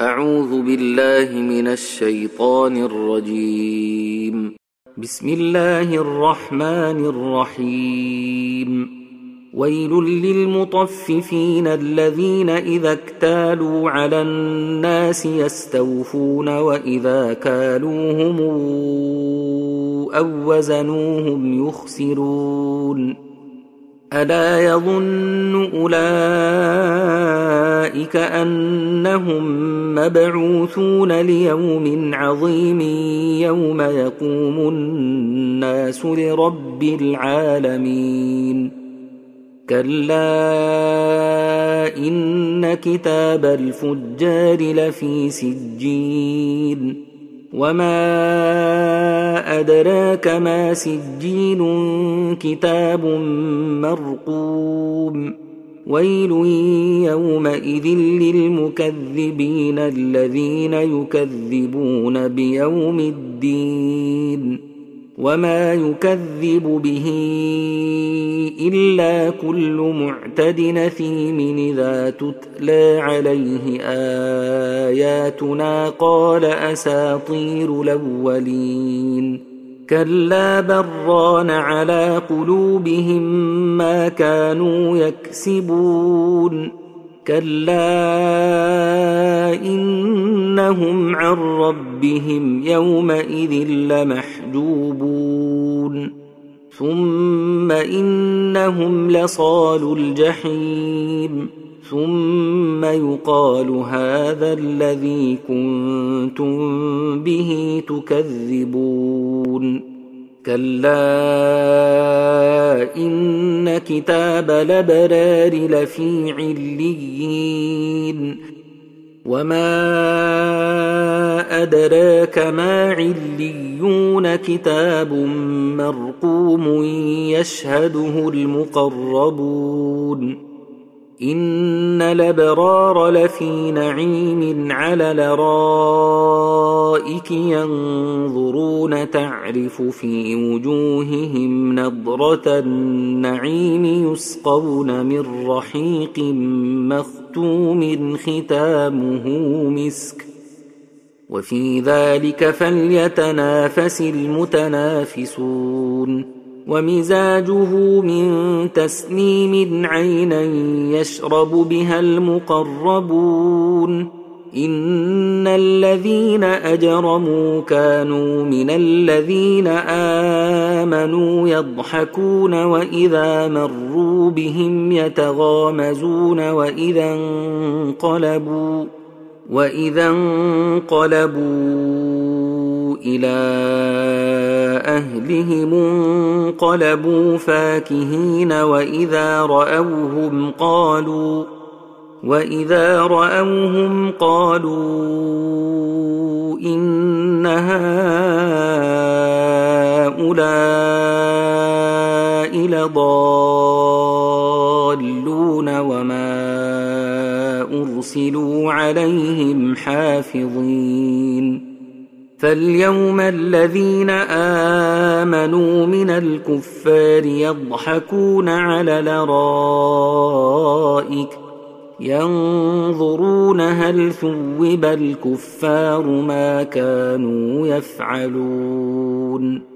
أعوذ بالله من الشيطان الرجيم. بسم الله الرحمن الرحيم. ويل للمطففين الذين إذا اكتالوا على الناس يستوفون وإذا كالوهم أو وزنوهم يخسرون. ألا يظن أولئك أنهم مبعوثون ليوم عظيم يوم يقوم الناس لرب العالمين. كلا إن كتاب الفجار لفي سجين. وما أدراك ما سجين كتاب مرقوم. ويل يومئذ للمكذبين الذين يكذبون بيوم الدين. وما يكذب به إلا كل معتد أثيم إذا تتلى عليه آياتنا قال أساطير الأولين. كلا بل ران على قلوبهم ما كانوا يكسبون. كلا إنهم عن ربهم يومئذ لمحجوبون. ثم إنهم لصالو الجحيم. ثم يقال هذا الذي كنتم به تكذبون. كلا إن كتاب الأبرار لفي عليين. وما أدراك ما عليون كتاب مرقوم يشهده المقربون. إن الأبرار لفي نعيم على الأرائك ينظرون تعرف في وجوههم نضرة النعيم يسقون من رحيق مختوم ختامه مسك وفي ذلك فليتنافس المتنافسون. ومزاجه من تسنيم عينا يشرب بها المقربون. إن الذين أجرموا كانوا من الذين آمنوا يضحكون وإذا مروا بهم يتغامزون وإذا انقلبوا إلى أهلهم انقلبوا فاكهين وإذا رأوهم قالوا إن هؤلاء لضالون وما أرسلوا عليهم حافظين. فاليوم الذين آمنوا من الكفار يضحكون على الأرائك ينظرون هل ثوب الكفار ما كانوا يفعلون.